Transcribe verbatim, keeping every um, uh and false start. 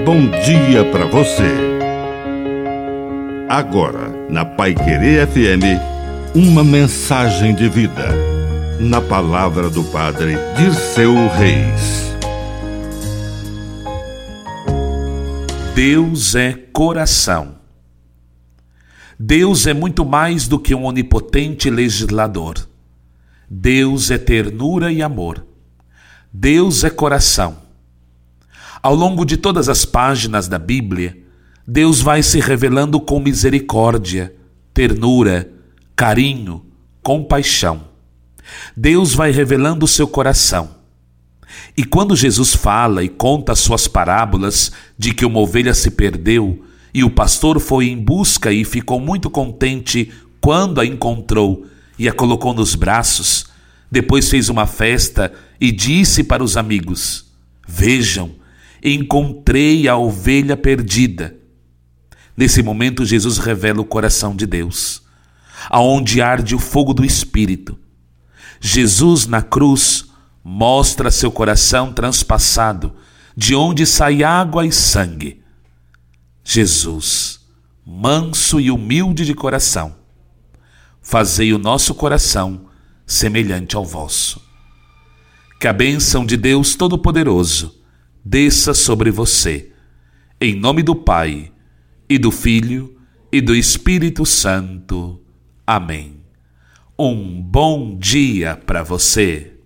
bom dia para você. Agora, na Paiquerê F M, uma mensagem de vida. Na palavra do Padre Dirceu Reis. Deus é coração. Deus é muito mais do que um onipotente legislador. Deus é ternura e amor. Deus é coração. Ao longo de todas as páginas da Bíblia, Deus vai se revelando com misericórdia, ternura, carinho, compaixão. Deus vai revelando o seu coração. E quando Jesus fala e conta as suas parábolas de que uma ovelha se perdeu e o pastor foi em busca e ficou muito contente quando a encontrou e a colocou nos braços, depois fez uma festa e disse para os amigos: vejam, encontrei a ovelha perdida. Nesse momento Jesus revela o coração de Deus, aonde arde o fogo do Espírito. Jesus na cruz mostra seu coração transpassado, de onde sai água e sangue. Jesus, manso e humilde de coração, fazei o nosso coração semelhante ao vosso. Que a bênção de Deus Todo-Poderoso desça sobre você, em nome do Pai, e do Filho, e do Espírito Santo. Amém. Um bom dia para você.